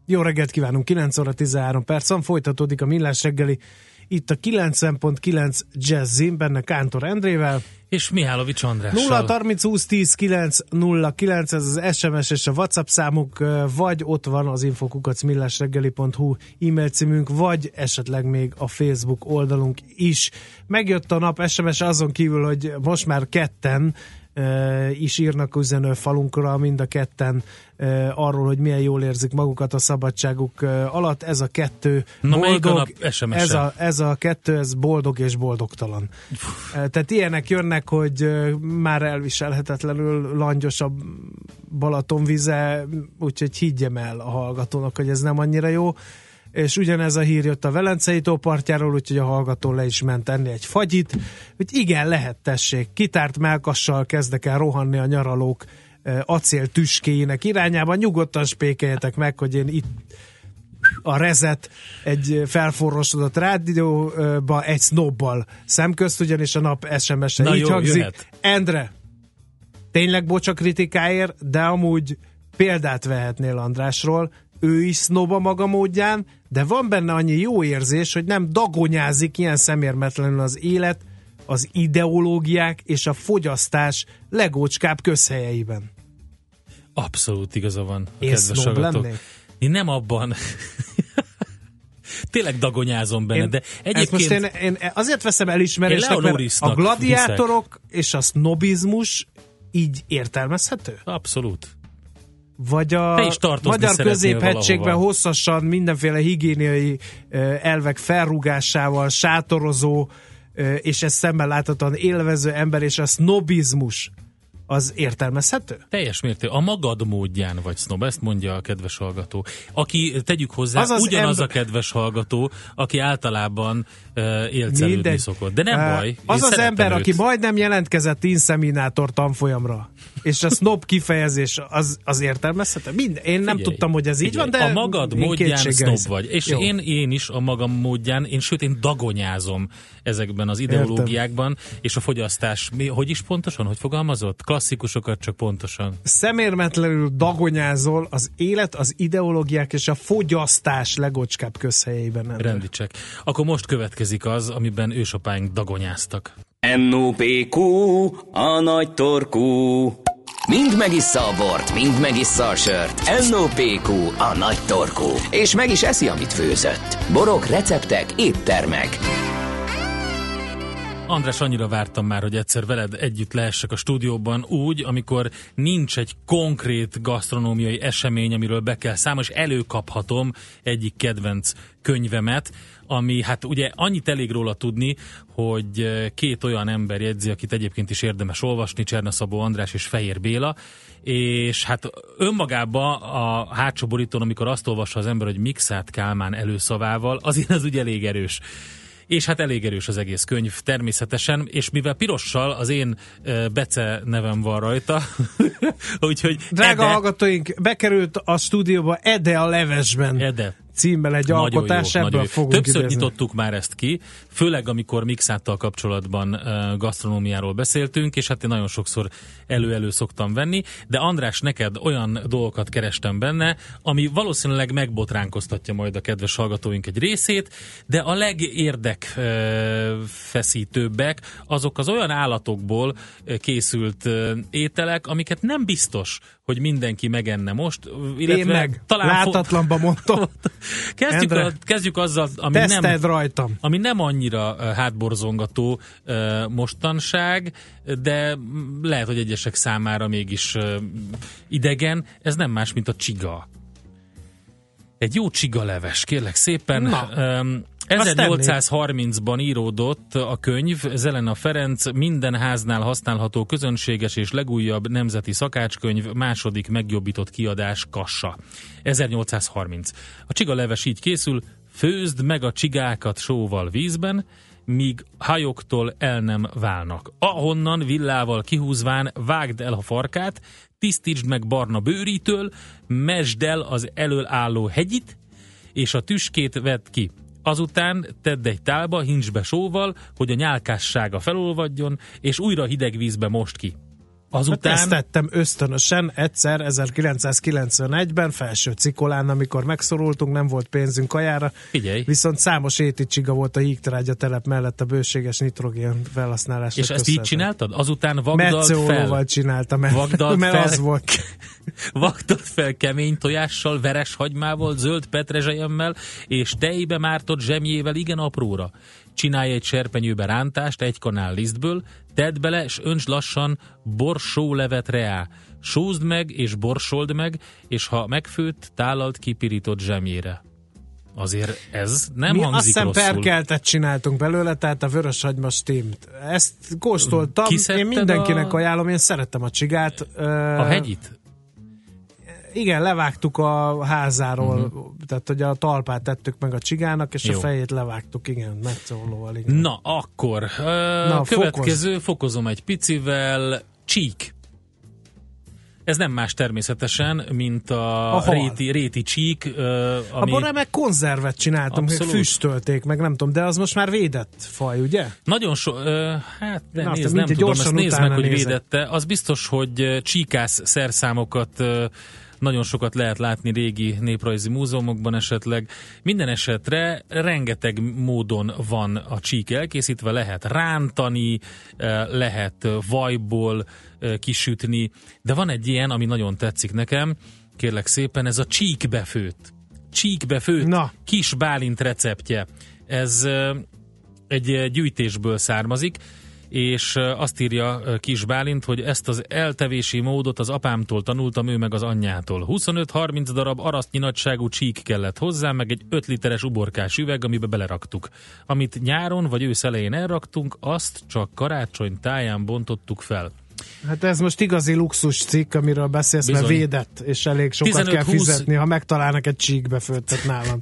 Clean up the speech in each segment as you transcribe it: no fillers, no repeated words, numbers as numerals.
Jó reggelt kívánunk, 9 óra 13 perc, folytatódik a Millás reggeli, itt a 90.9 Jazzin, benne Kántor Endrével. És Mihálovics Andrással. 0-30-20-10-9-09, ez az SMS és a WhatsApp számuk, vagy ott van az info@millásreggeli.hu e-mail címünk, vagy esetleg még a Facebook oldalunk is. Megjött a nap SMS azon kívül, hogy most már ketten is írnak üzenő falunkra, mind a ketten arról, hogy milyen jól érzik magukat a szabadságuk alatt. Ez a kettő boldog, ez a kettő, ez boldog és boldogtalan. Tehát ilyenek jönnek, hogy már elviselhetetlenül langyos a Balatonvize, úgyhogy higgyem el a hallgatónak, hogy ez nem annyira jó. És ugyanez a hír jött a Velencei tó partjáról, úgyhogy a hallgató le is ment enni egy fagyit, hogy igen, lehet, tessék, kitárt mellkassal kezdek el rohanni a nyaralók acél tüskéjének irányában, nyugodtan spékeljetek meg, hogy én itt a rezet egy felforrósodott rádióba egy sznobbal szemközt, ugyanis a nap SMS-e így hangzik. Jöhet. Endre, tényleg bocs a kritikáért, de amúgy példát vehetnél Andrásról, ő is sznob a maga módján, de van benne annyi jó érzés, hogy nem dagonyázik ilyen szemérmetlenül az élet, az ideológiák és a fogyasztás legócskább közhelyeiben. Abszolút igaza van. Én sznob lennék? Én nem abban. Tényleg dagonyázom benne, de egyébként... Most én azért veszem elismerésnek, mert a gladiátorok és a sznobizmus így értelmezhető? Abszolút. Vagy a magyar középhegységben hosszasan mindenféle higiéniai elvek felrúgásával sátorozó, és ezt szemben láthatóan élvező ember, és a sznobizmus az értelmezhető? Teljes mértékben. A magad módján vagy sznob, ezt mondja a kedves hallgató. Aki, tegyük hozzá, ugyanaz a kedves hallgató, aki általában élcelődni szokott. De nem baj. Az az ember, aki majdnem jelentkezett inszeminátor tanfolyamra, és a sznob kifejezés az értelmezhető? Én nem tudtam, hogy ez így van, de a magad módján sznob vagy. És én is a magam módján, sőt én dagonyázom ezekben az ideológiákban, és a fogyasztás, hogy is pontosan, hogy fogalmazott? Klasszikusokat csak pontosan. Szemérmetlenül dagonyázol az élet, az ideológiák és a fogyasztás legocskább közhelyeiben. Rendicsek. Akkor most következik az, amiben ősapáink dagonyáztak. NOPQ, a nagy torkú. Mind megissza a bort, mind megissza a sört. NOPQ, a nagy torkú. És meg is eszi, amit főzött. Borok, receptek, éttermek. András, annyira vártam már, hogy egyszer veled együtt lehessek a stúdióban úgy, amikor nincs egy konkrét gasztronómiai esemény, amiről be kell számolni, és előkaphatom egyik kedvenc könyvemet, ami hát ugye annyit elég róla tudni, hogy két olyan ember jegyzi, akit egyébként is érdemes olvasni, Csernaszabó András és Fehér Béla, és hát önmagában a hátsó borítón, amikor azt olvassa az ember, hogy Mikszáth Kálmán előszavával, azért az ugye elég erős. És hát elég erős az egész könyv természetesen, és mivel pirossal az én Bece nevem van rajta, úgyhogy drága hallgatóink, bekerült a stúdióba Ede a levesben. Ede. Címmel egy alkotás, ebből fogunk többször idézni. nyitottuk már ezt ki, főleg amikor Mikszáttal kapcsolatban gasztronómiáról beszéltünk, és hát én nagyon sokszor elő szoktam venni, de András, neked olyan dolgokat kerestem benne, ami valószínűleg megbotránkoztatja majd a kedves hallgatóink egy részét, de a legérdekfeszítőbbek azok az olyan állatokból készült ételek, amiket nem biztos, hogy mindenki megenne most. Én meg, talán látatlanban mondtam. Kezdjük azzal, ami nem annyira hátborzongató mostanság, de lehet, hogy egyesek számára mégis idegen. Ez nem más, mint a csiga. Egy jó csigaleves, kérlek szépen. 1830-ban íródott a könyv, Zelena Ferenc, minden háznál használható közönséges és legújabb nemzeti szakácskönyv, második megjobbított kiadás, Kassa. 1830. A csigaleves így készül: főzd meg a csigákat sóval, vízben, míg hajoktól el nem válnak. Ahonnan villával kihúzván vágd el a farkát, tisztítsd meg barna bőritől, mesd el az elől álló hegyit, és a tüskét vedd ki. Azután tedd egy tálba, hintsd be sóval, hogy a nyálkássága felolvadjon, és újra hideg vízbe most ki. Azután... Hát ezt tettem ösztönösen egyszer 1991-ben felső Cikolán, amikor megszorultunk, nem volt pénzünk kajára. Figyelj. Viszont számos éticsiga volt a Hígtrágya telep mellett a bőséges nitrogén felhasználásra. És ezt így csináltad? Azután vagdalt fel? Csináltam, mert az volt. Vagdalt fel kemény tojással, veres hagymával, zöld petrezselyemmel és tejbe mártott zsemjével igen apróra. Csinálj egy serpenyőbe rántást egy kanál lisztből, tedd bele, és öntsd lassan borsólevet reá. Sózd meg, és borsold meg, és ha megfőtt, tálalt kipirított zsemjére. Azért ez nem mi hangzik rosszul. Mi azt hiszem perkeltet csináltunk belőle, tehát a vöröshagyma stémt. Ezt kóstoltam, én mindenkinek ajánlom, én szerettem a csigát. A hegyit? Igen, levágtuk a házáról, tehát hogy a talpát tettük meg a csigának, és a fejét levágtuk, igen, metszólóval. Igen. Na, akkor következő, fokozom egy picivel, csík. Ez nem más természetesen, mint a réti csík. Abban remek konzervet csináltam, hogy füstölték, meg nem tudom, de az most már védett faj, ugye? Nagyon hát nem tudom, ezt nézd meg, hogy védette. Az biztos, hogy csíkász szerszámokat nagyon sokat lehet látni régi néprajzi múzeumokban esetleg. Minden esetre rengeteg módon van a csík elkészítve, lehet rántani, lehet vajból kisütni, de van egy ilyen, ami nagyon tetszik nekem, kérlek szépen, ez a csíkbefőtt. Csíkbefőtt kis Bálint receptje. Ez egy gyűjtésből származik, és azt írja Kis Bálint, hogy ezt az eltevési módot az apámtól tanultam, ő meg az anyjától. 25-30 darab arasztnyi nagyságú csík kellett hozzá, meg egy 5 literes uborkás üveg, amibe beleraktuk. Amit nyáron vagy ősz elején elraktunk, azt csak karácsony táján bontottuk fel. Hát ez most igazi luxus cikk, amiről beszélsz, mert védett, és elég sokat kell fizetni, ha megtalálnak egy csíkbefőttet nálam.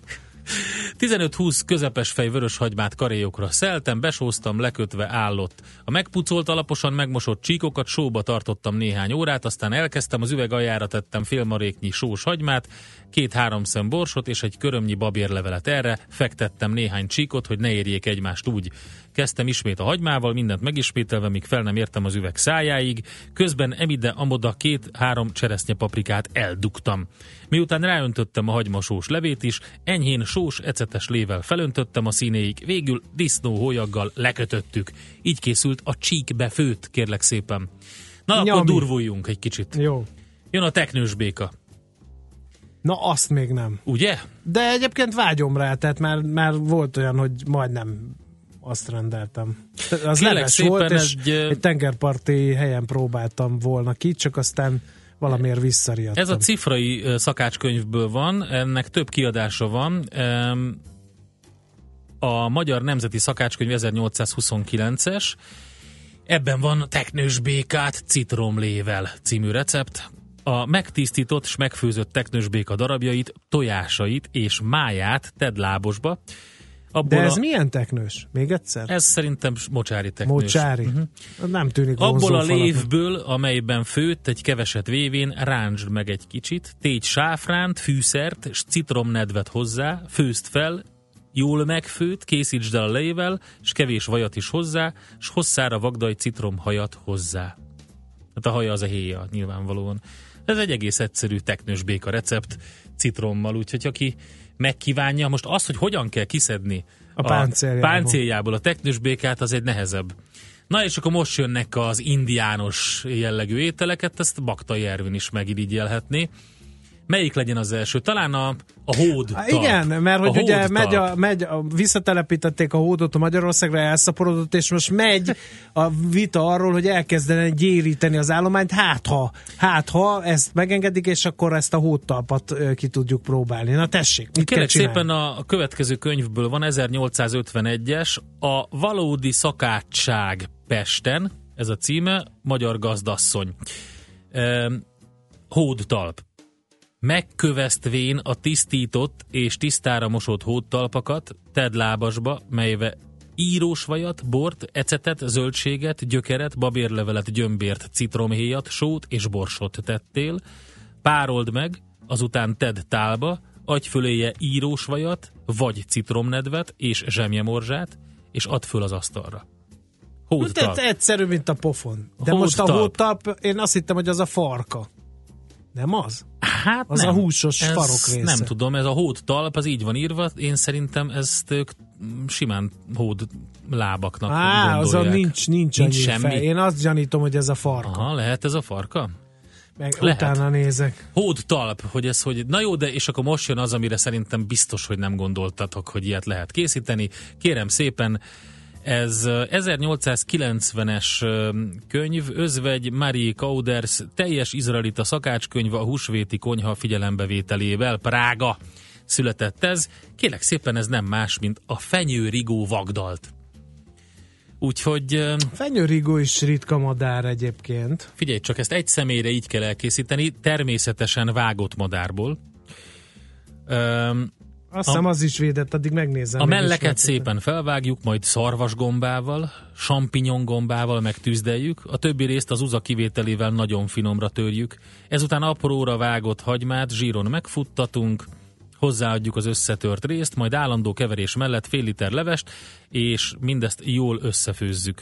15-20 közepes fej vörös hagymát karéjokra szeltem, besóztam, lekötve állott. A megpucolt, alaposan megmosott csíkokat sóba tartottam néhány órát, aztán elkezdtem, az üveg aljára tettem félmaréknyi sós hagymát, 2-3 szem borsot és egy körömnyi babérlevelet erre, fektettem néhány csíkot, hogy ne érjék egymást úgy. Kezdtem ismét a hagymával, mindent megismételve, míg fel nem értem az üveg szájáig, közben emide-amoda 2-3 cseresznyepaprikát eldugtam. Miután ráöntöttem a hagymasós levét is, enyhén sós ecetes lével felöntöttem a színéig, végül disznóhólyaggal lekötöttük. Így készült a csíkbefőtt, kérlek szépen. Na, akkor durvuljunk egy kicsit. Jó. Jön a teknős béka. Na, azt még nem. Ugye? De egyébként vágyom rá, tehát már volt olyan, hogy majdnem azt rendeltem. Az leves volt, és egy tengerparti helyen próbáltam volna ki, csak aztán valamiért visszariadtam. Ez a cifrai szakácskönyvből van, ennek több kiadása van. A Magyar Nemzeti Szakácskönyv 1829-es, ebben van teknős békát citromlével című recept. A megtisztított és megfőzött teknős béka darabjait, tojásait és máját tedd lábosba. De ez milyen teknős? Még egyszer? Ez szerintem mocsári teknős. Mocsári? Nem tűnik abból a lévből, amelyben főtt, egy keveset vévén rántsd meg egy kicsit, tégy sáfránt, fűszert és citromnedvet hozzá, főzd fel, jól megfőtt, készítsd el a lejével, és kevés vajat is hozzá, és hosszára vagdalj citromhajat hozzá. Hát a haja az a héja, nyilvánvalóan. Ez egy egész egyszerű teknős béka recept citrommal, úgyhogy aki megkívánja, most az, hogy hogyan kell kiszedni a páncéljából a teknős békát, az egy nehezebb. Na és akkor most jönnek az indiános jellegű ételeket, ezt Baktai Ervin is megirigyelhetné. Melyik legyen az első? Talán a hódtalp. Igen, mert hogy ugye visszatelepítették a hódot a Magyarországra, elszaporodott, és most megy a vita arról, hogy elkezdene gyéríteni az állományt, hát ha ezt megengedik, és akkor ezt a hódtalpat ki tudjuk próbálni. Na tessék, mit kell csinálni? Szépen a következő könyvből van, 1851-es, a valódi szakácsság Pesten, ez a címe, Magyar Gazdasszony. Hódtalp. Megkövesztvén a tisztított és tisztára mosott hódtalpakat tedd lábasba, melyve írósvajat, bort, ecetet, zöldséget, gyökeret, babérlevelet, gyömbért, citromhéjat, sót és borsot tettél, párold meg, azután tedd tálba, adj föléje írósvajat, vagy citromnedvet és zsemjemorzsát, és add föl az asztalra. Hódtalp. Egyszerű, mint a pofon. De most a hódtalp, én azt hittem, hogy az a farka. Nem az? Hát az nem. A húsos farokrésze. Nem tudom, ez a hódtalp, az így van írva, én szerintem ezt ők simán hód lábaknak gondolják. Azon nincs annyi semmi. fej. Én azt gyanítom, hogy ez a farka. Aha, lehet ez a farka? Meg lehet. Utána nézek. Hódtalp, hogy na jó, de és akkor most jön az, amire szerintem biztos, hogy nem gondoltatok, hogy ilyet lehet készíteni. Kérem szépen, ez 1890-es könyv, özvegy Marie Cauders teljes izraelita szakácskönyv a húsvéti konyha figyelembevételével, Prága született ez. Kérlek szépen, ez nem más, mint a fenyőrigó vagdalt. Úgyhogy... Fenyőrigó is ritka madár egyébként. Figyelj csak, ezt egy személyre így kell elkészíteni, természetesen vágott madárból. Azt hiszem, az is védett, addig megnézem. A melleket szépen felvágjuk, majd szarvasgombával, sampinyon-gombával megtűzdeljük, a többi részt az uza kivételével nagyon finomra törjük. Ezután apróra vágott hagymát zsíron megfuttatunk, hozzáadjuk az összetört részt, majd állandó keverés mellett fél liter levest, és mindezt jól összefőzzük.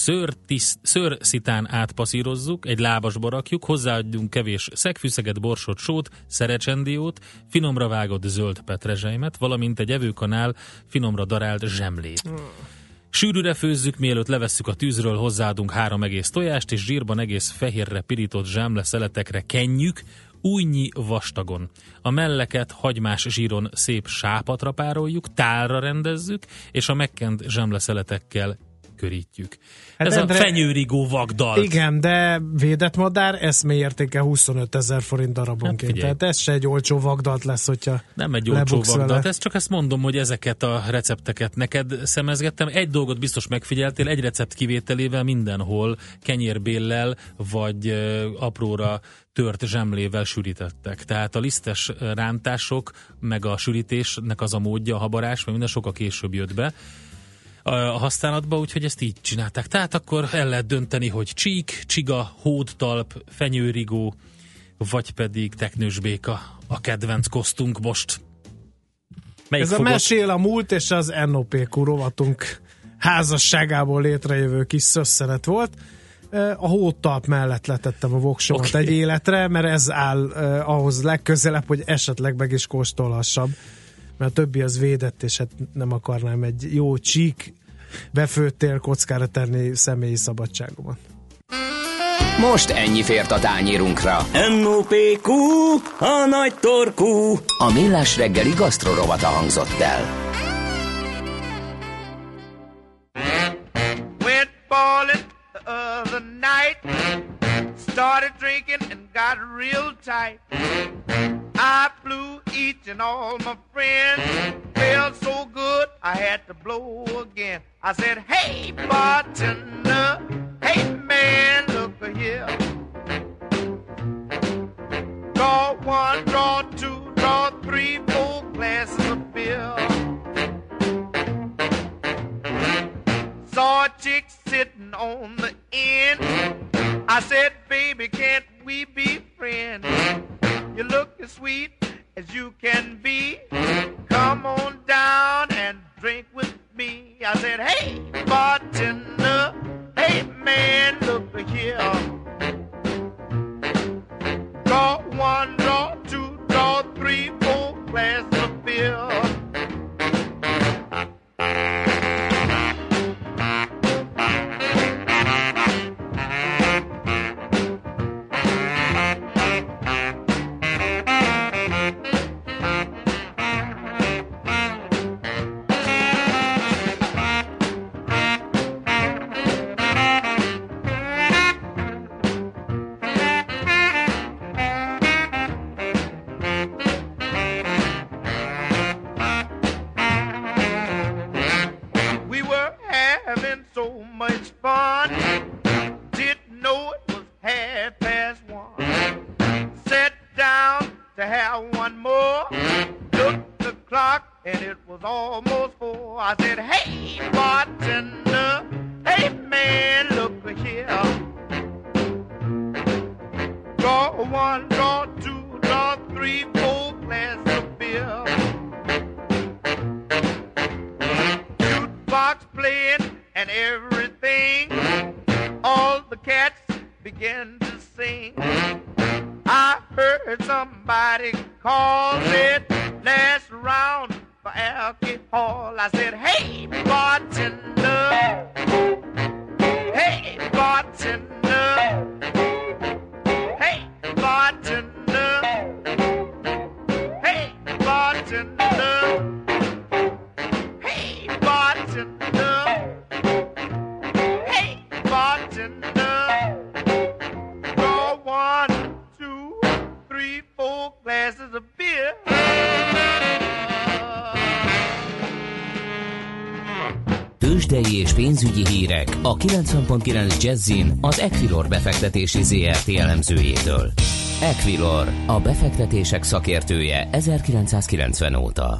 Szőrszitán átpasszírozzuk, egy lábasba rakjuk, hozzáadjunk kevés szegfűszeget, borsot, sót, szerecsendiót, finomra vágott zöld petrezselymet, valamint egy evőkanál finomra darált zsemlét. Sűrűre főzzük, mielőtt levesszük a tűzről, hozzáadunk 3 egész tojást, és zsírban egész fehérre pirított zsemle szeletekre kenjük, újnyi vastagon. A melleket hagymás zsíron szép sápatra pároljuk, tálra rendezzük, és a megkent zsemleszeletekkel körítjük. Hát ez a fenyőrigó vagdalt. Igen, de védett madár eszmélyértéke 25 000 forint darabonként. Hát tehát ez se egy olcsó vagdalt lesz, hogyha nem egy olcsó vagdalt, ezt csak ezt mondom, hogy ezeket a recepteket neked szemezgettem. Egy dolgot biztos megfigyeltél, egy recept kivételével mindenhol kenyérbéllel vagy apróra tört zsemlével sűrítettek. Tehát a lisztes rántások, meg a sűrítésnek az a módja, a habarás, mert minden sokkal később jött be a használatba, úgyhogy ezt így csinálták. Tehát akkor el lehet dönteni, hogy csík, csiga, hódtalp, fenyőrigó, vagy pedig teknősbéka a kedvenc kosztunk most. Melyik ez fogod? A mesél a múlt és az NOPQ rovatunk házasságából létrejövő kis szösszenet volt. A hódtalp mellett letettem a voksomat egy életre, mert ez áll ahhoz legközelebb, hogy esetleg meg is kóstolhassam. Mert a többi az védett, és hát nem akarnám egy jó csík befőttél kockára tenni személyi szabadságomat. Most ennyi fért a tányérunkra. NOPQ, a nagy torkú. A Millás reggeli gasztrorovata hangzott el. Went ballin' the other night. Started drinking and got real tight. I blew each and all my friends. Felt so good I had to blow again. I said, hey bartender, hey man, look here. Draw 1, draw 2, draw 3, 4 glasses of beer. Saw a chick sitting on the end. I said, baby, can't we be friends? You look as sweet as you can be. Come on down and drink with me. I said, hey, bartender, hey, man, look here. Draw 1, draw 2, draw 3, 4 glasses of beer. Jukebox playing and everything. somebody calls it last round for alcohol. I said, hey, bartender, hey, bartender, hey, bartender, hey, bartender, hey, bartender, hey, bartender, draw 1, 2, 3, 4 glasses of beer. Tőzsdei és pénzügyi hírek a 90.9 Jazzin az Equilor befektetési ZRT elemzőjétől. Equilor, a befektetések szakértője 1990 óta.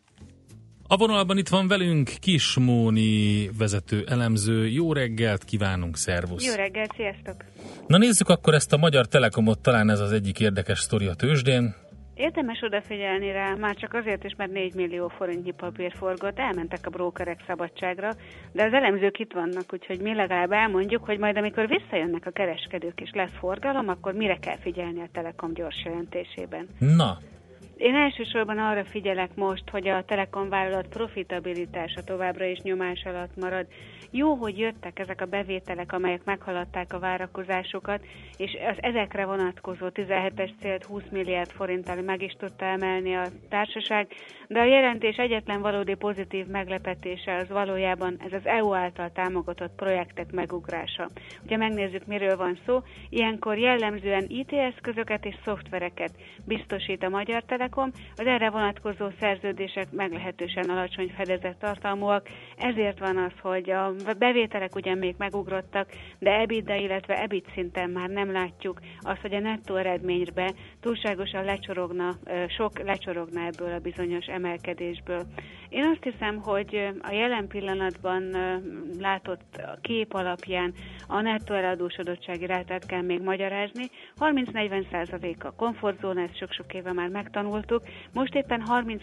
A vonalban itt van velünk Kis Móni vezető elemző. Jó reggelt kívánunk, szervusz! Jó reggelt, sziasztok! Na nézzük akkor ezt a Magyar Telekomot, talán ez az egyik érdekes sztori a tőzsdén. Érdemes odafigyelni rá, már csak azért is, mert 4 millió forintnyi papír forgott, elmentek a brókerek szabadságra, de az elemzők itt vannak, úgyhogy mi legalább elmondjuk, hogy majd amikor visszajönnek a kereskedők és lesz forgalom, akkor mire kell figyelni a Telekom gyors jelentésében. Na! Én elsősorban arra figyelek most, hogy a Telekom vállalat profitabilitása továbbra is nyomás alatt marad. Jó, hogy jöttek ezek a bevételek, amelyek meghaladták a várakozásokat, és az ezekre vonatkozó 17-es célt 20 milliárd forinttal meg is tudta emelni a társaság, de a jelentés egyetlen valódi pozitív meglepetése az valójában ez az EU által támogatott projektek megugrása. Ugye megnézzük, miről van szó, ilyenkor jellemzően IT eszközöket és szoftvereket biztosít a Magyar Telekom, az erre vonatkozó szerződések meglehetősen alacsony fedezet tartalmúak, ezért van az, hogy a bevételek ugyan még megugrottak, de EBITDA, illetve EBIT szinten már nem látjuk azt, hogy a nettó eredménybe túlságosan lecsorogna ebből a bizonyos emelkedésből. Én azt hiszem, hogy a jelen pillanatban látott kép alapján a nettó eladósodottsági rátát kell még magyarázni. 30-40% a komfortzóna, ezt sok-sok éve már megtanultuk. Most éppen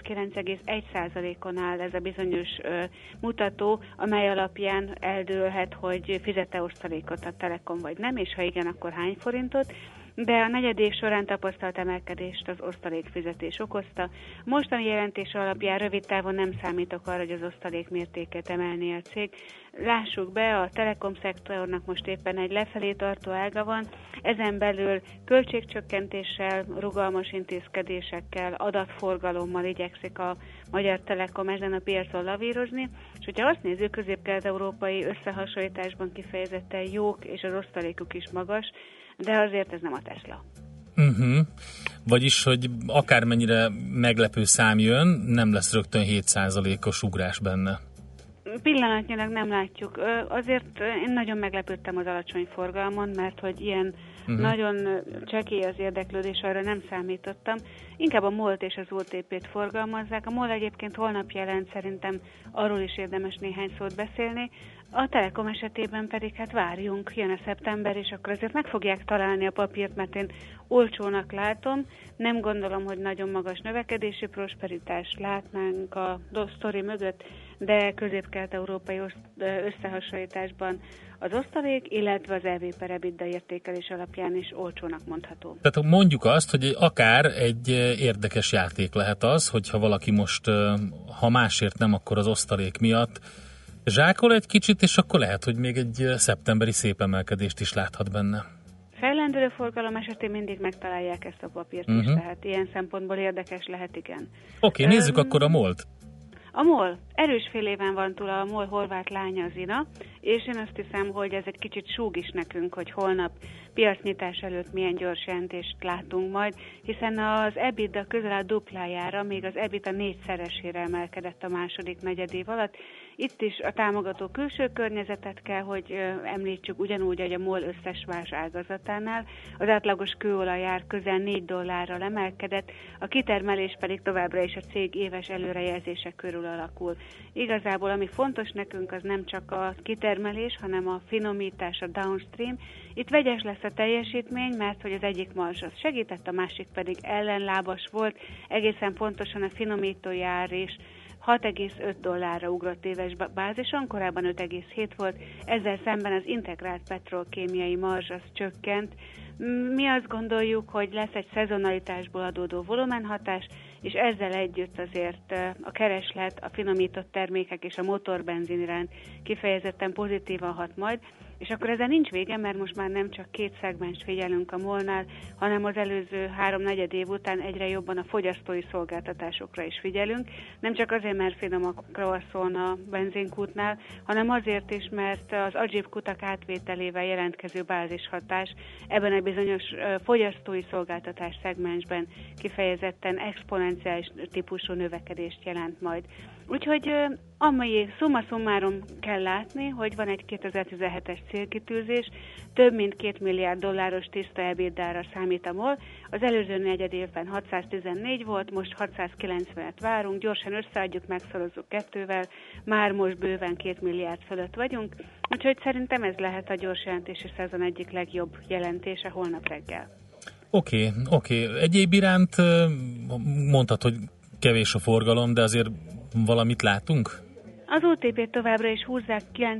39,1%-on áll ez a bizonyos mutató, amely alapján eldőlhet, hogy fizet-e osztalékot a Telekom vagy nem, és ha igen, akkor hány forintot. De a negyed év során tapasztalt emelkedést az osztalékfizetés okozta. Mostani jelentés alapján rövid távon nem számítok arra, hogy az osztalék mértéket emelné a cég. Lássuk be, a telekom szektornak most éppen egy lefelé tartó ága van, ezen belül költségcsökkentéssel, rugalmas intézkedésekkel, adatforgalommal igyekszik a Magyar Telekom ezen a piacon lavírozni, és hogyha azt nézzük, közép-kelet-európai összehasonlításban kifejezetten jók, és az osztalékuk is magas, de azért ez nem a Tesla. Vagyis, hogy akármennyire meglepő szám jön, nem lesz rögtön 7%-os ugrás benne. Pillanatnyilag nem látjuk. Azért én nagyon meglepődtem az alacsony forgalmon, mert hogy ilyen nagyon csekély az érdeklődés, arra nem számítottam. Inkább a MOL-t és az OTP-t forgalmazzák. A MOL egyébként holnap jelent, szerintem arról is érdemes néhány szót beszélni. A Telekom esetében pedig hát várjunk, jön a szeptember, és akkor azért meg fogják találni a papírt, mert én olcsónak látom. Nem gondolom, hogy nagyon magas növekedési prosperitást látnánk a sztori mögött, de közép-kelet-európai összehasonlításban az osztalék, illetve az EV per EBITDA értékelés alapján is olcsónak mondható. Tehát mondjuk azt, hogy akár egy érdekes játék lehet az, hogyha valaki most, ha másért nem, akkor az osztalék miatt zsákol egy kicsit, és akkor lehet, hogy még egy szeptemberi szép emelkedést is láthat benne. Fellendülő forgalom esetén mindig megtalálják ezt a papírt is, tehát ilyen szempontból érdekes lehet, igen. Oké, nézzük akkor a MOL-t. A MOL, erős fél éven van túl a MOL horvát lánya Zina, és én azt hiszem, hogy ez egy kicsit súg is nekünk, hogy holnap piacnyitás előtt milyen gyors jelentést látunk majd, hiszen az EBITDA közel a duplájára, még az EBITDA 4-szeresére emelkedett a második negyedév alatt. Itt is a támogató külső környezetet kell, hogy említsük, ugyanúgy, hogy a MOL összes más ágazatánál. Az átlagos kőolajár közel $4 emelkedett, a kitermelés pedig továbbra is a cég éves előrejelzése körül alakul. Igazából, ami fontos nekünk, az nem csak a kitermelés, hanem a finomítás, a downstream. Itt vegyes lesz a teljesítmény, mert hogy az egyik marzs az segített, a másik pedig ellenlábas volt, egészen pontosan a finomítói ár is $6,5 ugrott éves bázison, korábban 5,7 volt, ezzel szemben az integrált petrolkémiai marzs az csökkent, Mi azt gondoljuk, hogy lesz egy szezonalitásból adódó volumenhatás, és ezzel együtt azért a kereslet, a finomított termékek és a motorbenzin iránt kifejezetten pozitívan hat majd, és akkor ezzel nincs vége, mert most már nem csak két szegmens figyelünk a MOL-nál, hanem az előző 3-4 év után egyre jobban a fogyasztói szolgáltatásokra is figyelünk. Nem csak azért, mert finomakról szólna a benzinkútnál, hanem azért is, mert az AGIP kutak átvételével jelentkező bázishatás ebben a bizonyos fogyasztói szolgáltatás szegmensben kifejezetten exponenciális típusú növekedést jelent majd. Úgyhogy amely summa summarum kell látni, hogy van egy 2017-es célkitűzés, több mint $2 milliárd tiszta EBITDA-ra számít a MOL. Az előző negyed évben 614 volt, most 690-et várunk, gyorsan összeadjuk, megszorozzuk 2-vel, már most bőven 2 milliárd fölött vagyunk, úgyhogy szerintem ez lehet a gyors jelentési szezon egyik legjobb jelentése holnap reggel. Oké. Egyéb iránt mondtad, hogy kevés a forgalom, de azért valamit látunk? Az OTP továbbra is húzzák,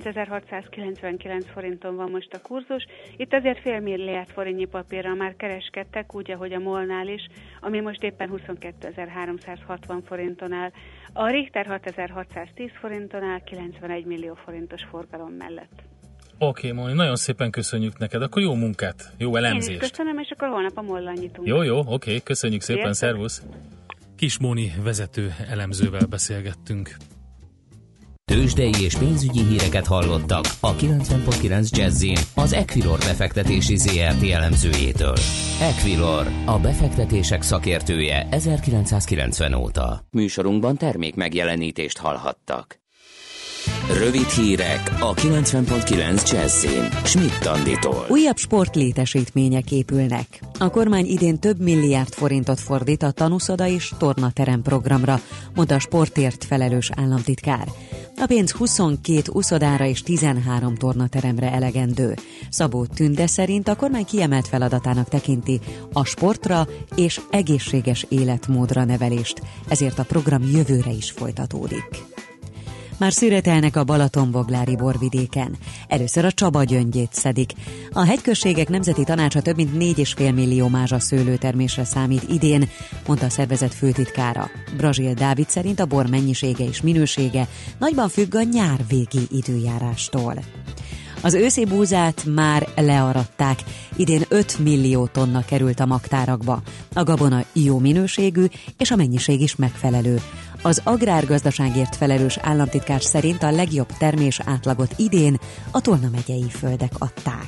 9699 forinton van most a kurzus. Itt azért $500 milliárd forintnyi papírral már kereskedtek, úgy, ahogy a MOL-nál is, ami most éppen 22.360 forinton áll. A Richter 6610 forinton áll, 91 millió forintos forgalom mellett. Oké, Móni, nagyon szépen köszönjük neked, akkor jó munkát, jó elemzést. Én is köszönöm, és akkor holnap a MOL-lal nyitunk. Jó, oké, köszönjük szépen, szervusz. Kis Móni vezető elemzővel beszélgettünk. Tőzsdei és pénzügyi híreket hallottak a 90.9 Jazzin az Equilor befektetési ZRT elemzőjétől. Equilor, a befektetések szakértője 1990 óta. Műsorunkban termék megjelenítést hallhattak. Rövid hírek a 90.9 Jazzin Schmidt Anditól. Újabb sportlétesítmények épülnek. A kormány idén több milliárd forintot fordít a tanúszoda és tornaterem programra, mondta a sportért felelős államtitkár. A pénz 22 uszodára és 13 tornateremre elegendő. Szabó Tünde szerint a kormány kiemelt feladatának tekinti a sportra és egészséges életmódra nevelést, ezért a program jövőre is folytatódik. Már szüretelnek a Balatonboglári borvidéken. Először a Csaba gyöngyét szedik. A Hegyközségek Nemzeti Tanácsa több mint 4,5 millió mázsa szőlőtermésre számít idén, mondta a szervezet főtitkára. Brazsil Dávid szerint a bor mennyisége és minősége nagyban függ a nyár végi időjárástól. Az őszi búzát már learatták, idén 5 millió tonna került a magtárakba. A gabona jó minőségű, és a mennyiség is megfelelő. Az agrárgazdaságért felelős államtitkár szerint a legjobb termés átlagot idén a Tolna megyei földek adták.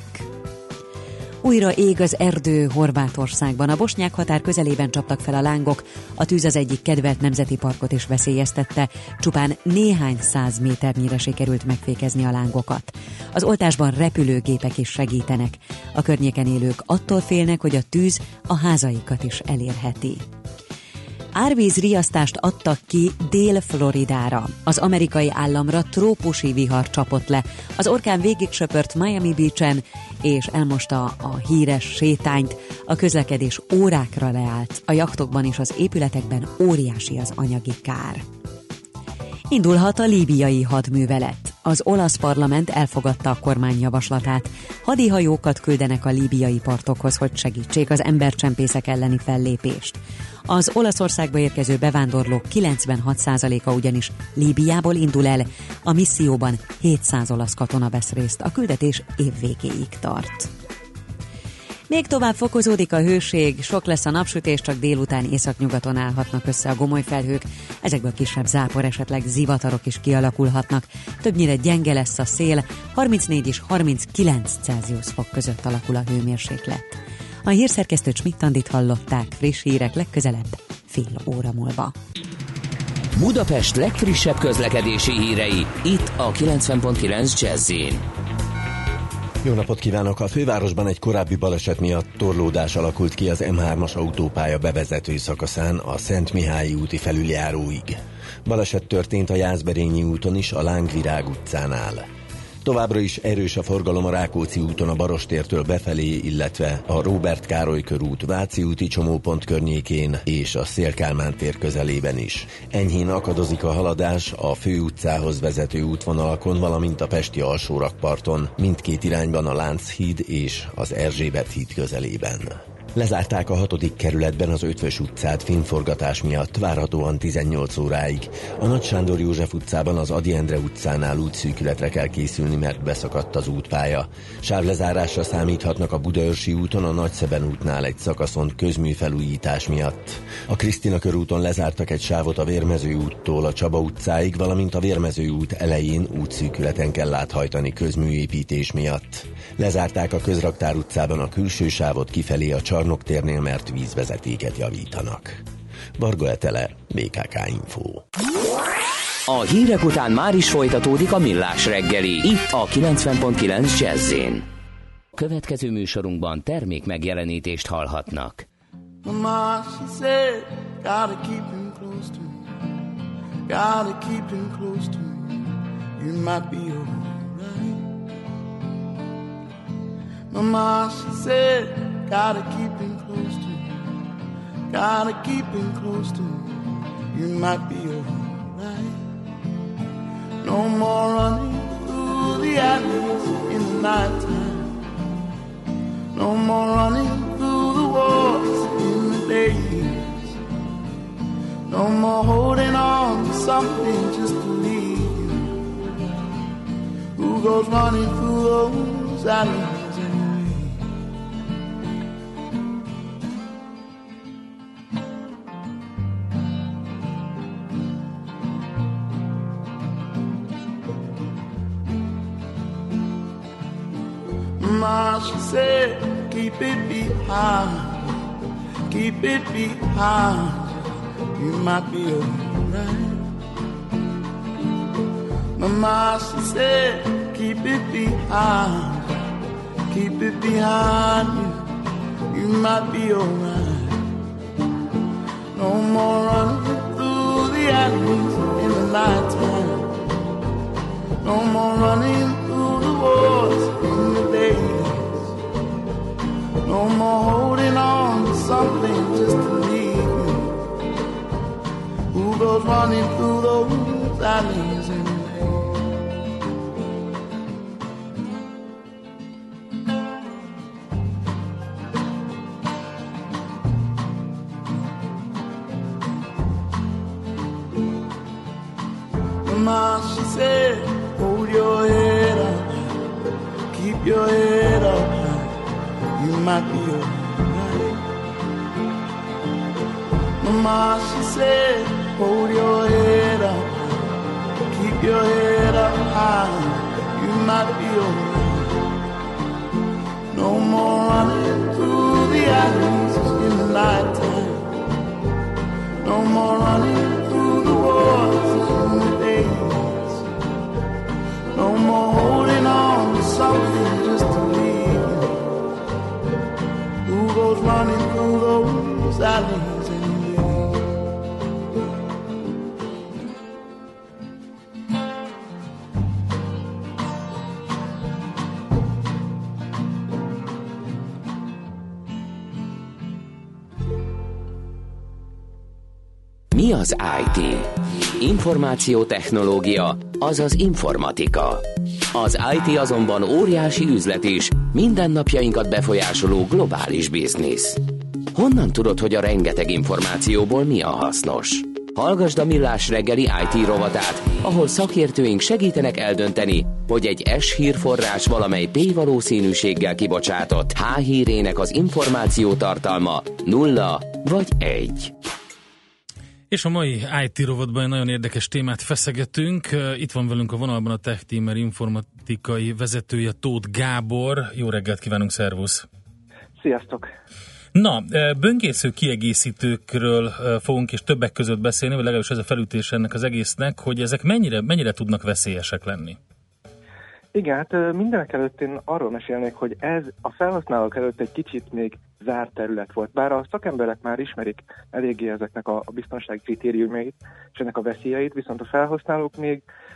Újra ég az erdő Horvátországban. A bosnyák határ közelében csaptak fel a lángok. A tűz az egyik kedvelt nemzeti parkot is veszélyeztette. Csupán néhány 100 méternyire sikerült megfékezni a lángokat. Az oltásban repülőgépek is segítenek. A környéken élők attól félnek, hogy a tűz a házaikat is elérheti. Árvízriasztást adtak ki Dél-Floridára. Az amerikai államra trópusi vihar csapott le. Az orkán végigsöpört Miami Beach-en, és elmosta a híres sétányt. A közlekedés órákra leállt. A jachtokban és az épületekben óriási az anyagi kár. Indulhat a líbiai hadművelet. Az olasz parlament elfogadta a kormány javaslatát. Hadihajókat küldenek a líbiai partokhoz, hogy segítsék az embercsempészek elleni fellépést. Az Olaszországba érkező bevándorlók 96%-a ugyanis Líbiából indul el, a misszióban 700 olasz katona vesz részt, a küldetés év végéig tart. Még tovább fokozódik a hőség, sok lesz a napsütés, csak délután északnyugaton állhatnak össze a gomoly felhők, ezekből kisebb zápor, esetleg zivatarok is kialakulhatnak, többnyire gyenge lesz a szél, 34 és 39 Celsius fok között alakul a hőmérséklet. A hírszerkesztőt Schmidt Andit hallották, friss hírek legközelebb fél óra múlva. Budapest legfrissebb közlekedési hírei, itt a 90.9 Jazz-in. Jó napot kívánok! A fővárosban egy korábbi baleset miatt torlódás alakult ki az M3-as autópálya bevezető szakaszán a Szent Mihályi úti felüljáróig. Baleset történt a Jászberényi úton is, a Lángvirág utcánál. Továbbra is erős a forgalom a Rákóczi úton a Barostértől befelé, illetve a Róbert Károly körút Váci úti csomópont környékén és a Széll-Kálmán tér közelében is. Enyhén akadozik a haladás a főutcához vezető útvonalakon, valamint a pesti alsórakparton, mindkét irányban a Lánchíd és az Erzsébet híd közelében. Lezárták a 6. kerületben az Ötvös utcát fényforgatás miatt, várhatóan 18 óráig. A Nagy Sándor József utcában az Ady Endre utcánál útszűkületre kell készülni, mert beszakadt az útpálya. Sávlezárásra számíthatnak a Budaörsi úton, a Nagyszeben útnál egy szakaszon közműfelújítás miatt. A Krisztina körúton lezártak egy sávot a Vérmező úttól a Csaba utcáig, valamint a Vérmező út elején útszűkületen kell áthajtani közműépítés miatt. Lezárták a Közraktár utcában a külső sávot kifelé a Csarnok térnél, mert vízvezetéket javítanak. Varga Etele, BKK Info. A hírek után már is folytatódik a Millás reggeli, itt a 90.9 Jazz-én. Következő műsorunkban termék megjelenítést hallhatnak. Mama, she said, gotta keep him close to me. Gotta keep him close to me. You might be alright. Mama, she said, gotta keep him close to me. Gotta keep him close to me. You might be alright. No more running through the alleys in the nighttime. No more running through the woods in the days. No more holding on to something just to leave you. Who goes running through those alleys? Ma, she said, keep it behind, keep it behind, you might be alright. Mama, she said, keep it behind you, you might be alright. No more running through the alleys in the nighttime. No more running through the woods in the days. No more holding on to something just to leave you. Who goes running through those alleys in the Mama, she said, hold your head up, keep your head up high, you might be alright. Mama, she said, hold your head up, keep your head up high, you might be alright. No more running through the alleys in the nighttime. No more running through the woods in the days. No more holding on to something just to leave you. Who goes running through those alleys in the Mi az IT? Információtechnológia, azaz informatika. Az IT azonban óriási üzlet is, mindennapjainkat befolyásoló globális biznisz. Honnan tudod, hogy a rengeteg információból mi a hasznos? Hallgasd a Millás reggeli IT rovatát, ahol szakértőink segítenek eldönteni, hogy egy S-hírforrás valamely P-valószínűséggel kibocsátott H-hírének az információ tartalma 0 vagy 1. És a mai IT rovatban egy nagyon érdekes témát feszegetünk. Itt van velünk a vonalban a Tech Teamer informatikai vezetője, Tóth Gábor. Jó reggelt kívánunk, szervusz! Sziasztok! Na, böngésző kiegészítőkről fogunk és többek között beszélni, vagy legalábbis ez a felütés ennek az egésznek, hogy ezek mennyire tudnak veszélyesek lenni? Igen, hát mindenek előtt én arról mesélnék, hogy ez a felhasználók előtt egy kicsit még zárt terület volt. Bár a szakemberek már ismerik eléggé ezeknek a biztonsági kritériumait és ennek a veszélyeit, viszont a felhasználók még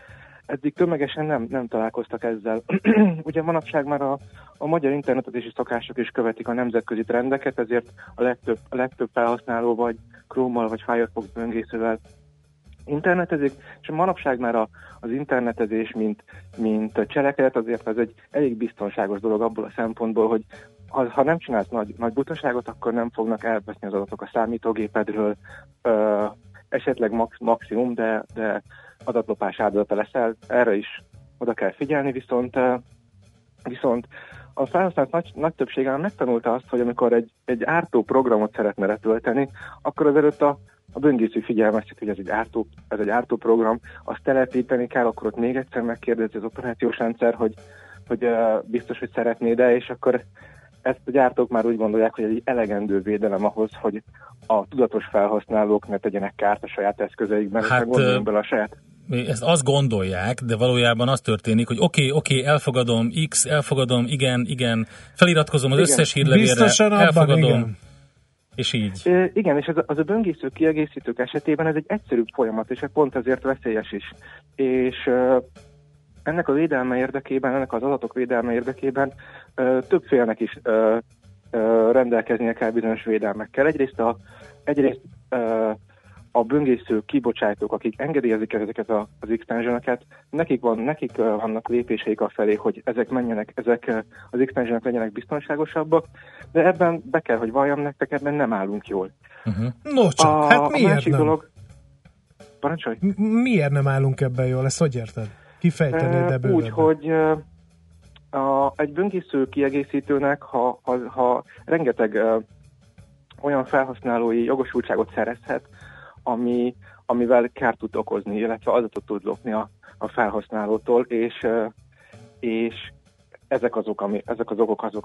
eddig tömegesen nem találkoztak ezzel. Ugye manapság már a magyar internetelési szokások is követik a nemzetközi trendeket, ezért a legtöbb felhasználó vagy Chrome-mal vagy Firefox böngészővel internetezik, és manapság már az internetezés, mint cselekedet, azért ez egy elég biztonságos dolog abból a szempontból, hogy ha nem csinálsz nagy butaságot, akkor nem fognak elveszni az adatok a számítógépedről, esetleg maximum, de adatlopás áldozata leszel, erre is oda kell figyelni, viszont a felhasználók nagy többsége megtanulta azt, hogy amikor egy ártó programot szeretne letölteni, akkor azelőtt a böngésző figyelmeztet, hogy ez egy ártó program, azt telepíteni kell, akkor ott még egyszer megkérdezi az operációs rendszer, hogy biztos, hogy szeretnéd-e, és akkor ezt a gyártók már úgy gondolják, hogy egy elegendő védelem ahhoz, hogy a tudatos felhasználók ne tegyenek kárt a saját eszközeikben. Hát ezt azt gondolják, de valójában az történik, hogy oké, elfogadom, elfogadom, igen, feliratkozom az összes hírlevélre, elfogadom, igen. És így. Igen, és az a böngésző kiegészítők esetében ez egy egyszerűbb folyamat, és pont ezért veszélyes is. És ennek a védelme érdekében, ennek az adatok védelme érdekében több félnek is rendelkeznie kell bizonyos védelmekkel. Egyrészt a böngésző kibocsátók, akik engedélyezik ezeket az extensioneket, nekik vannak lépéseik afelé, hogy ezek az extensionok legyenek biztonságosabbak, de ebben be kell, hogy valljam nektek, ebben nem állunk jól. No csak, hát miért a másik nem? Dolog... Parancsolj? Miért nem állunk ebben jól? Ezt hogy érted? Kifejtenéd bővebben? Úgy, hogy egy böngésző kiegészítőnek, ha rengeteg olyan felhasználói jogosultságot szerezhet, amivel kárt tud okozni, illetve adatot tud lopni a felhasználótól, és ezek az okok azok,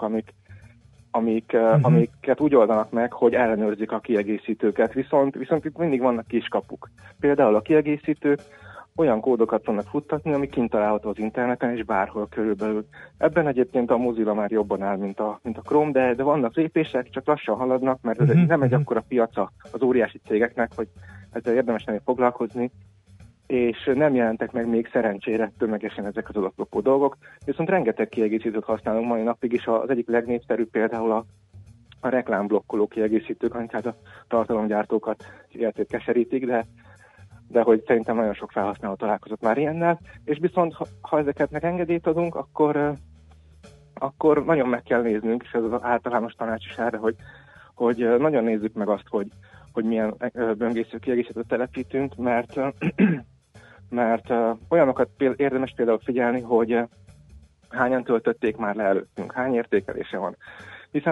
amiket úgy oldanak meg, hogy ellenőrzik a kiegészítőket, viszont itt mindig vannak kiskapuk. Például a kiegészítők olyan kódokat tudnak futtatni, ami kint található az interneten, és bárhol körülbelül. Ebben egyébként a Mozilla már jobban áll, mint a Chrome, de vannak lépések, csak lassan haladnak, mert ez nem egy akkora piaca az óriási cégeknek, hogy ezzel érdemes nem foglalkozni, és nem jelentek meg még szerencsére tömegesen ezek az adatlopó dolgok. Viszont rengeteg kiegészítőt használunk mai napig, és az egyik legnépszerűbb például a reklámblokkoló kiegészítők, amik hát a tartalomgyártókat életét keserítik, de hogy szerintem nagyon sok felhasználó találkozott már ilyennel, és viszont ha ezeknek engedélyt adunk, akkor nagyon meg kell néznünk, és ez az általános tanács is erre, hogy nagyon nézzük meg azt, hogy milyen böngésző kiegészítőt telepítünk, mert olyanokat érdemes például figyelni, hogy hányan töltötték már le előttünk, hány értékelése van. Hiszen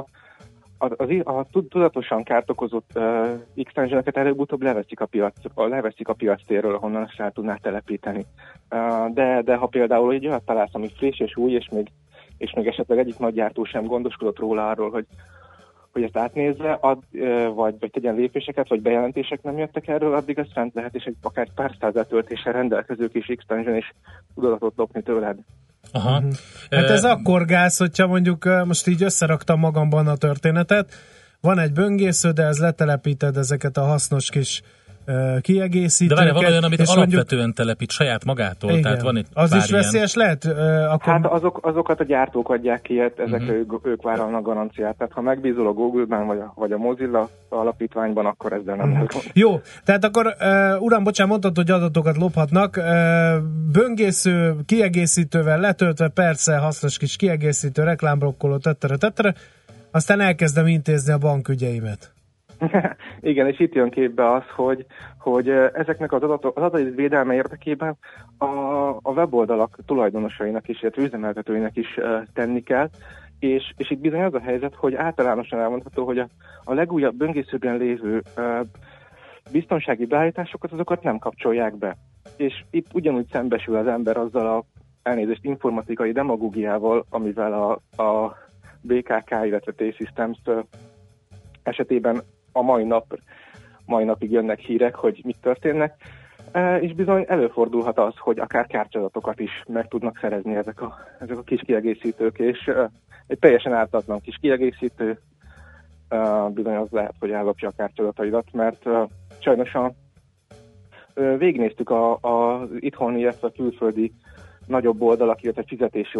a tudatosan kárt okozott extensioneket előbb-utóbb leveszik a piactérről, ahonnan azt rá tudná telepíteni. De ha például egy olyat találsz, ami friss és új, és még esetleg egyik nagy gyártó sem gondoskodott róla arról, hogy ezt átnézze, vagy tegyen lépéseket, vagy bejelentések nem jöttek erről, addig ez fent lehet, és egy akár pár száz letöltéssel rendelkező kis extension is tud adatot lopni tőled. Aha. Hát ez akkor gáz, hogyha mondjuk most így összeraktam magamban a történetet, van egy böngésző, de ez letelepíted ezeket a hasznos kis kiegészítőket. De van olyan, amit alapvetően telepít saját magától, igen. Tehát van itt az pár is veszélyes ilyen. lehet? Akkor... Hát azokat a gyártók adják ki, ezekre ők vállalnak garanciát. Tehát ha megbízol a Google-ben vagy a Mozilla alapítványban, akkor ezzel nem lehet gond. Jó, tehát akkor uram, bocsánat, mondtad, hogy adatokat lophatnak. Böngésző, kiegészítővel letöltve, persze hasznos kis kiegészítő, reklámblokkoló, tettere, aztán elkezdem intézni a bankügyeimet. Igen, és itt jön képbe az, hogy ezeknek az adatok védelme érdekében a weboldalak tulajdonosainak is, illetve üzemeltetőinek is tenni kell, és itt bizony az a helyzet, hogy általánosan elmondható, hogy a legújabb böngészőben lévő biztonsági beállításokat, azokat nem kapcsolják be. És itt ugyanúgy szembesül az ember azzal elnézést informatikai demagógiával, amivel a BKK, illetve T-Systems esetében a mai napig jönnek hírek, hogy mit történnek, és bizony előfordulhat az, hogy akár kártyadatokat is meg tudnak szerezni ezek a kis kiegészítők, és egy teljesen ártatlan kis kiegészítő bizony az lehet, hogy ellopja a kártyadataidat, mert sajnos végignéztük az itthoni, illetve a külföldi nagyobb oldalak, illetve fizetési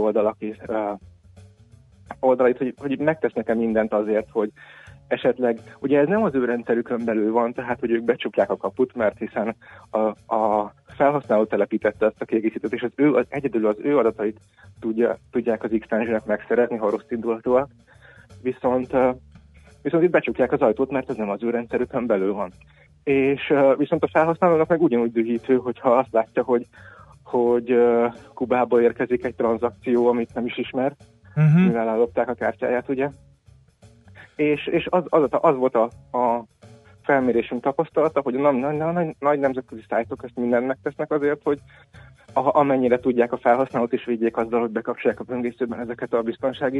oldalait, hogy megtesznek-e mindent azért, hogy esetleg, ugye ez nem az ő rendszerükön belül van, tehát hogy ők becsukják a kaput, mert hiszen a felhasználó telepítette ezt a kiegészítőt, és egyedül az ő adatait tudják az X-Tension-ek megszerezni, ha rossz indulatúak, viszont itt becsukják az ajtót, mert ez nem az ő rendszerükön belül van. És viszont a felhasználónak meg ugyanúgy dühítő, hogyha azt látja, hogy Kubából érkezik egy tranzakció, amit nem is ismer, mivel ellopták a kártyáját, ugye. És az volt a felmérésünk tapasztalata, hogy a nagy nemzetközi szájtok ezt mindent megtesznek azért, hogy amennyire tudják a felhasználót is védjék azzal, hogy bekapcsolják a böngészőben ezeket a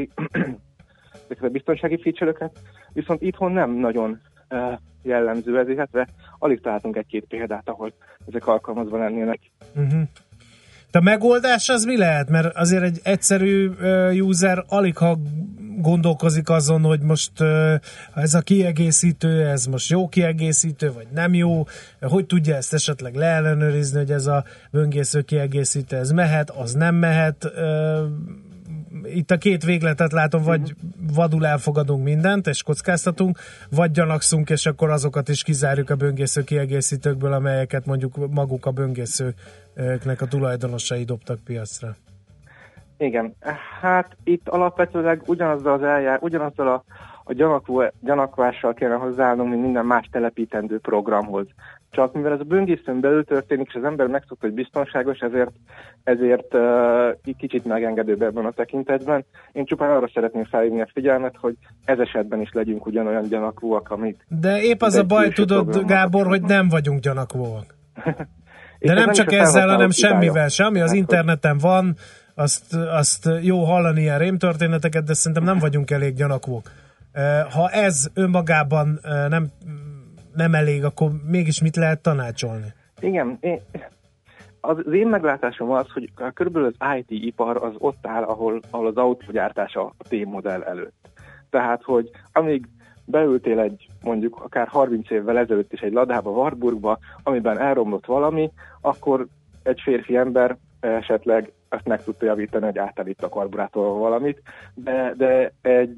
biztonsági feature-öket, viszont itthon nem nagyon jellemző ez, illetve alig találtunk egy-két példát, ahol ezek alkalmazva lennének. De a megoldás az mi lehet? Mert azért egy egyszerű user aligha gondolkozik azon, hogy most ez a kiegészítő, ez most jó kiegészítő, vagy nem jó, hogy tudja ezt esetleg leellenőrizni, hogy ez a böngésző kiegészítő, ez mehet, az nem mehet. Itt a két végletet látom, vagy vadul elfogadunk mindent, és kockáztatunk, vagy gyanakszunk, és akkor azokat is kizárjuk a böngésző kiegészítőkből, amelyeket mondjuk maguk a böngészőknek a tulajdonosai dobtak piacra. Igen, hát itt alapvetőleg ugyanazzal a gyanakvással kellene hozzáállnunk, mint minden más telepítendő programhoz. Csak mivel ez a böngészőn belül történik, és az ember megszokta, hogy biztonságos, ezért kicsit megengedőbb ebben a tekintetben. Én csupán arra szeretném felhívni a figyelmet, hogy ez esetben is legyünk ugyanolyan gyanakvóak, amit... De épp az a baj, tudod, Gábor, hogy nem vagyunk gyanakvóak. De nem csak ezzel, hanem semmivel sem, ami az interneten van, azt jó hallani ilyen rémtörténeteket, de szerintem nem vagyunk elég gyanakvók. Ha ez önmagában nem elég, akkor mégis mit lehet tanácsolni? Igen, az én meglátásom az, hogy körülbelül az IT-ipar az ott áll, ahol az autógyártás a T-modell előtt. Tehát, hogy amíg beültél mondjuk akár 30 évvel ezelőtt is egy Ladába, Wartburgba, amiben elromlott valami, akkor egy férfi ember esetleg azt meg tudta javítani, hogy átállít a karburátorról valamit, de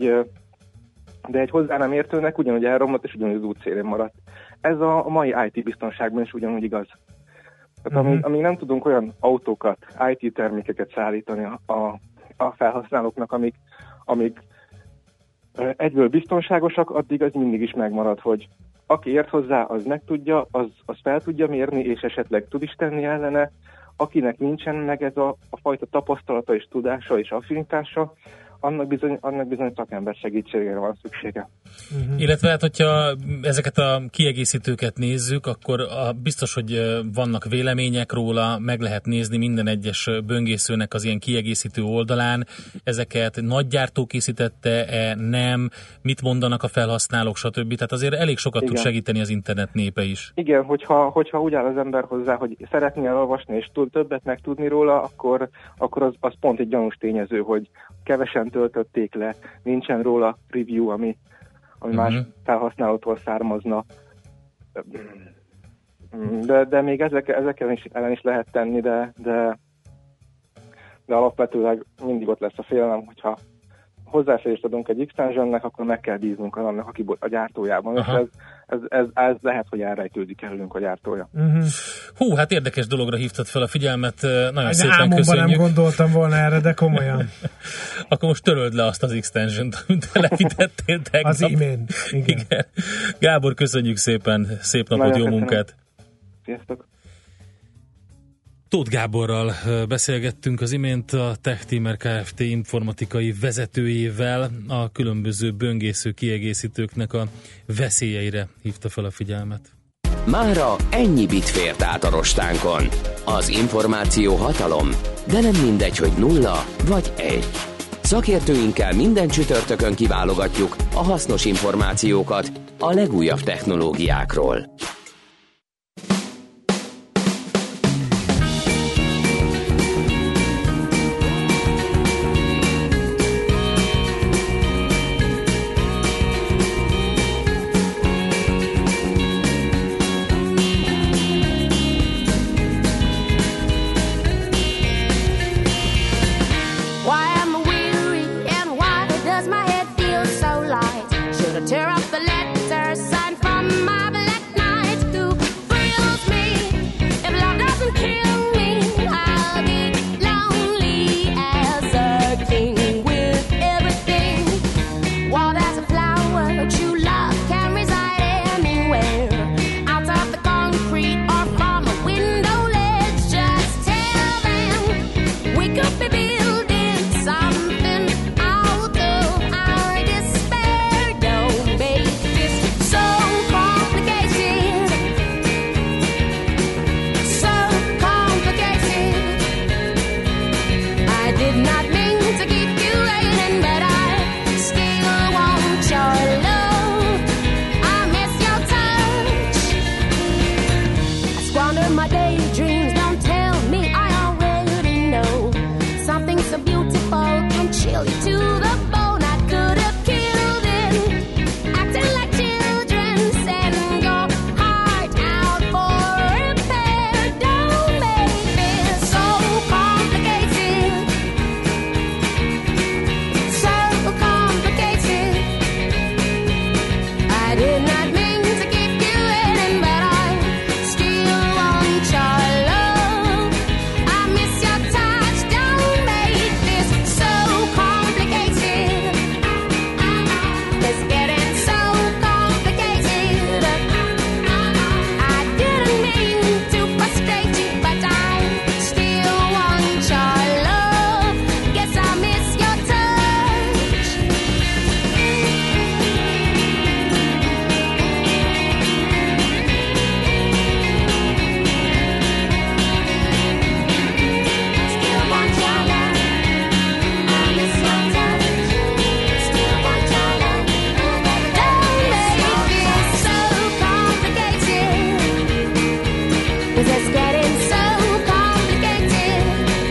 egy hozzá nem értőnek ugyanúgy elromlott, és ugyanúgy az útszélén maradt. Ez a mai IT biztonságban is ugyanúgy igaz. Tehát amíg nem tudunk olyan autókat, IT termékeket szállítani a felhasználóknak, amik egyből biztonságosak, addig az mindig is megmarad, hogy aki ért hozzá, az megtudja, az fel tudja mérni, és esetleg tud is tenni ellene. Akinek nincsen meg ez a fajta tapasztalata és tudása és affinitása, annak bizony szakember segítségére van szüksége. Illetve hát, hogyha ezeket a kiegészítőket nézzük, akkor biztos, hogy vannak vélemények róla, meg lehet nézni minden egyes böngészőnek az ilyen kiegészítő oldalán. Ezeket nagygyártó készítette-e, nem, mit mondanak a felhasználók, stb. Tehát azért elég sokat tud segíteni az internet népe is. Igen, hogyha úgy áll az ember hozzá, hogy szeretné elolvasni és többet megtudni róla, akkor az pont egy gyanús tényező, hogy kevesen töltötték le, nincsen róla review, ami más felhasználótól származna. De még ezeken ellen is lehet tenni, de alapvetőleg mindig ott lesz a félelem, hogyha hozzáférést adunk egy X-Tensionnek, akkor meg kell bíznunk annak, aki a gyártójában. És ez lehet, hogy elrejtődik előnk a gyártója. Hú, hát érdekes dologra hívtad fel a figyelmet. Nagyon szépen álmomban köszönjük. Nem gondoltam volna erre, de komolyan. Akkor most töröld le azt az X-Tensiont, amit telepítettél tegnap. Az imént. Igen. Gábor, köszönjük szépen. Szép napot, nagyon jó köszönöm. Munkát. Sziasztok. Tóth Gáborral beszélgettünk az imént, a Techtimer Kft. Informatikai vezetőjével, a különböző böngésző kiegészítőknek a veszélyeire hívta fel a figyelmet. Mára ennyi bit fért át a rostánkon. Az információ hatalom, de nem mindegy, hogy 0 vagy 1. Szakértőinkkel minden csütörtökön kiválogatjuk a hasznos információkat a legújabb technológiákról. in my daydreams. Don't tell me, I already know. Something so beautiful can chill you to the bone. I could have killed it, acting like children, setting your heart out for repair. Don't make this so complicated, so complicated. I did not mean to keep you waiting, but I still want your love. I miss your touch. Don't make this so complicated. It's getting so complicated. I didn't mean to frustrate you, but I still want your love. Guess I miss your touch. Still want your love. I miss your touch. Still want your love. Don't make this so complicated. 'Cause it's getting so complicated.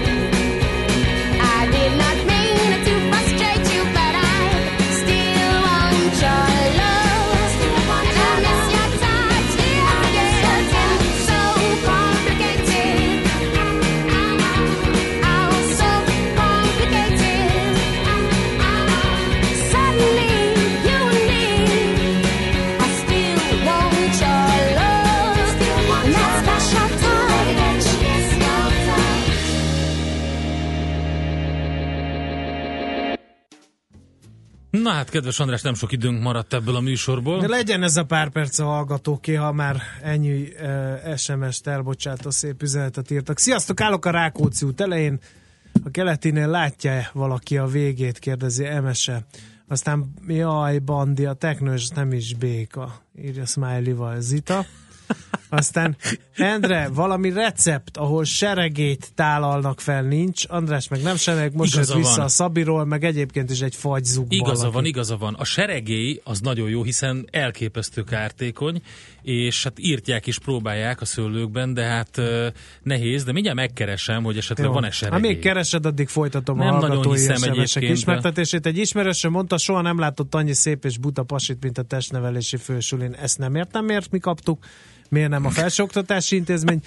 I did not mean to frustrate you, but I still want your love. And I miss your touch. Yeah, yeah. So complicated. Oh, so complicated. Suddenly, you and me, I still want your love. And that special touch. Na hát, kedves András, nem sok időnk maradt ebből a műsorból. De legyen ez a pár perc a hallgatóké, ha már ennyi SMS-t elbocsátó szép üzenetet írtak. Sziasztok, állok a Rákóczi út elején. A keletinél látja valaki a végét, kérdezi Emese. Aztán jaj, Bandi, a teknős nem is béka, írja Smiley-val Zita. Aztán Endre, valami recept, ahol seregét tálalnak fel, nincs. András meg nem sereg, most jött vissza van a Szabiról, meg egyébként is egy fagyzugban. Igaza van. A seregély az nagyon jó, hiszen elképesztő kártékony, és hát írtják és próbálják a szőlőkben, de hát nehéz, de mindjárt megkeresem, hogy esetleg van-e seregély. Ha még keresed, addig folytatom nem a hallgatói SMS-ek ismertetését. Egy ismerősöm mondta, soha nem látott annyi szép és buta pasit, mint a testnevelési fősulin. Ezt nem értem, miért mi kaptuk. Miért nem a felsőoktatási intézmény?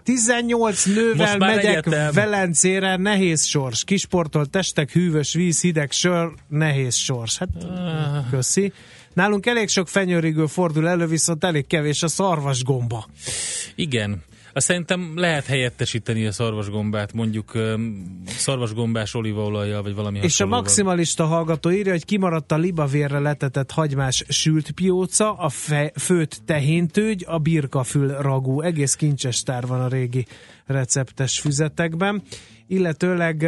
18 nővel megyek egyetem. Velencére, nehéz sors. Kisportolt testek, hűvös víz, hideg sör, nehéz sors. Hát, köszi. Nálunk elég sok fenyőrigő fordul elő, viszont elég kevés a szarvasgomba. Igen. Azt szerintem lehet helyettesíteni a szarvasgombát, mondjuk szarvasgombás olívaolajjal, vagy valami és hasonlóval. A maximalista hallgató írja, hogy kimaradt a libavérre letetett hagymás sült pióca, a főtt tehéntőgy, a birkafül ragú. Egész kincses tár van a régi receptes füzetekben. Illetőleg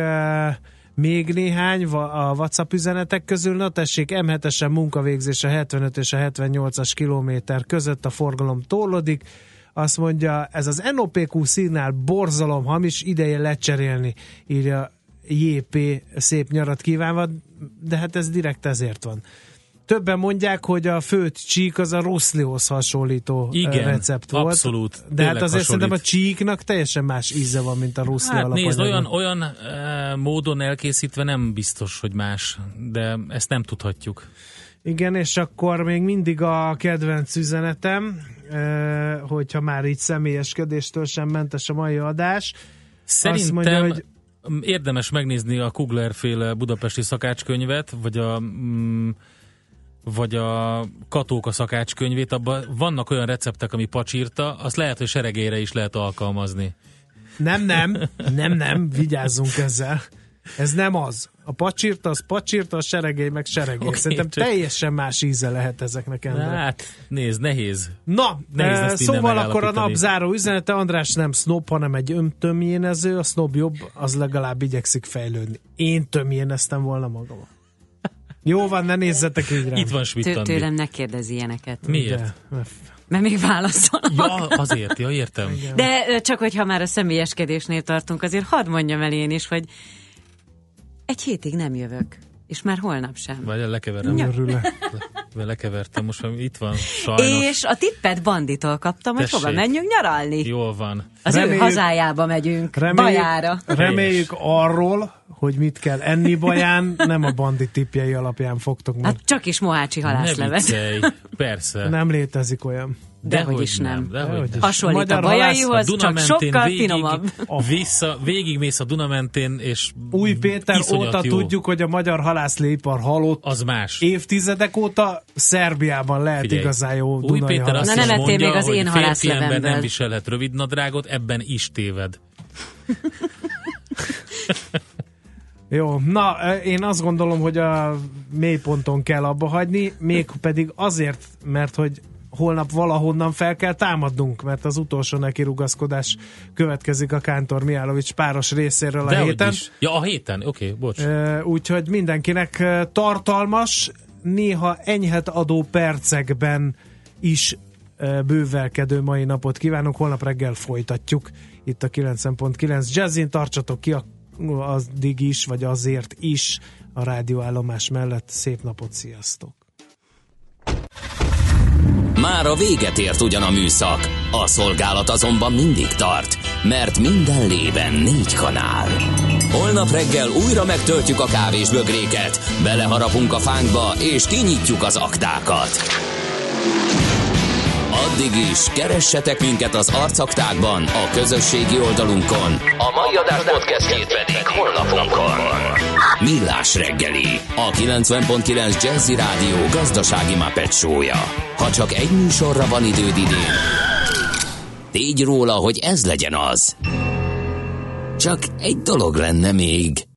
még néhány a WhatsApp üzenetek közül, na tessék, M7-esen munkavégzés a 75 és a 78-as kilométer között, a forgalom torlódik. Azt mondja, ez az NOPQ szignál borzalom, hamis, ideje lecserélni, írja JP, szép nyarat kívánva, de hát ez direkt ezért van. Többen mondják, hogy a főtt csík az a ruszlihoz hasonlító recept volt. Abszolút. De hát azért szerintem a csíknak teljesen más íze van, mint a ruszli alapanyag. Nézd, olyan módon elkészítve nem biztos, hogy más, de ezt nem tudhatjuk. Igen, és akkor még mindig a kedvenc üzenetem, hogyha már így személyeskedéstől sem mentes a mai adás. Szerintem mondja, hogy érdemes megnézni a Kugler-féle budapesti szakácskönyvet, vagy a Katóka szakácskönyvét, abban vannak olyan receptek, ami pacsírta, azt lehet, hogy seregélyre is lehet alkalmazni. Nem, vigyázzunk ezzel. Ez nem az. A pacsirta, az pacsirta, a seregély meg seregély. Okay, szerintem teljesen más íze lehet ezeknek. Hát, nézd, nehéz. Na, szóval akkor a nap záró üzenete, András nem sznob, hanem egy öntömjénező, a sznob jobb, az legalább igyekszik fejlődni. Én tömjéneztem volna magam. Jó van, ne nézzetek így rám. Itt van Schmidt Andi. Tőlem ne kérdezz ilyeneket. Miért? Mert még válaszolok. Ja, azért, értem. De csak hogyha már a személyeskedésnél tartunk, azért hadd mondjam el én is, hogy egy hétig nem jövök. És már holnap sem. Vagy lekeverem. Ja. Lekevertem, most már itt van, sajnos. És a tippet Banditól kaptam, hogy Tessék. hova menjünk nyaralni. Jól van. Az ő hazájába megyünk, Bajára. Reméljük arról, hogy mit kell enni Baján, nem a Bandi tippjei alapján fogtok meg. Hát csak is mohácsi Ne halászlevet. viccelj, persze. Nem létezik olyan. Dehogy is nem. Dehogy nem. Hasonlít a Magyar bajaihoz, csak Dunamentén sokkal finomabb. Végigmész a Dunamentén, és Új Péter iszonyat óta jó. tudjuk, hogy a magyar halászléipar halott. Az más. Évtizedek óta Szerbiában lehet Figyelj, igazán jó Új Dunai Péter azt Na, halász. is nem ettél mondja, még az hogy én férfi ember halászlevemből. nem viselhet rövid nadrágot, ebben is téved. Jó, na, én azt gondolom, hogy a mélyponton kell abba hagyni, még pedig azért, mert hogy holnap valahonnan fel kell támadnunk, mert az utolsó nekirugaszkodás következik a Kántor Mihálovics páros részéről a Dehogy héten. is. Ja, a héten, oké, bocs. Úgyhogy mindenkinek tartalmas, néha enyhet adó percekben is bővelkedő mai napot kívánunk. Holnap reggel folytatjuk itt a 90.9 Jazzin. Tartsatok ki addig is, vagy azért is a rádióállomás mellett. Szép napot, sziasztok! Már a véget ért ugyan a műszak, a szolgálat azonban mindig tart, mert minden lében 4 kanál. Holnap reggel újra megtöltjük a kávésbögréket, beleharapunk a fánkba és kinyitjuk az aktákat. Addig is keressetek minket az arcaktákban, a közösségi oldalunkon. A mai adás podcastjét pedig honlapunkon. Millás reggeli, a 90.9 Jazzy Rádió gazdasági Muppet show-ja. Ha csak egy műsorra van időd idén, tégy róla, hogy ez legyen az. Csak egy dolog lenne még.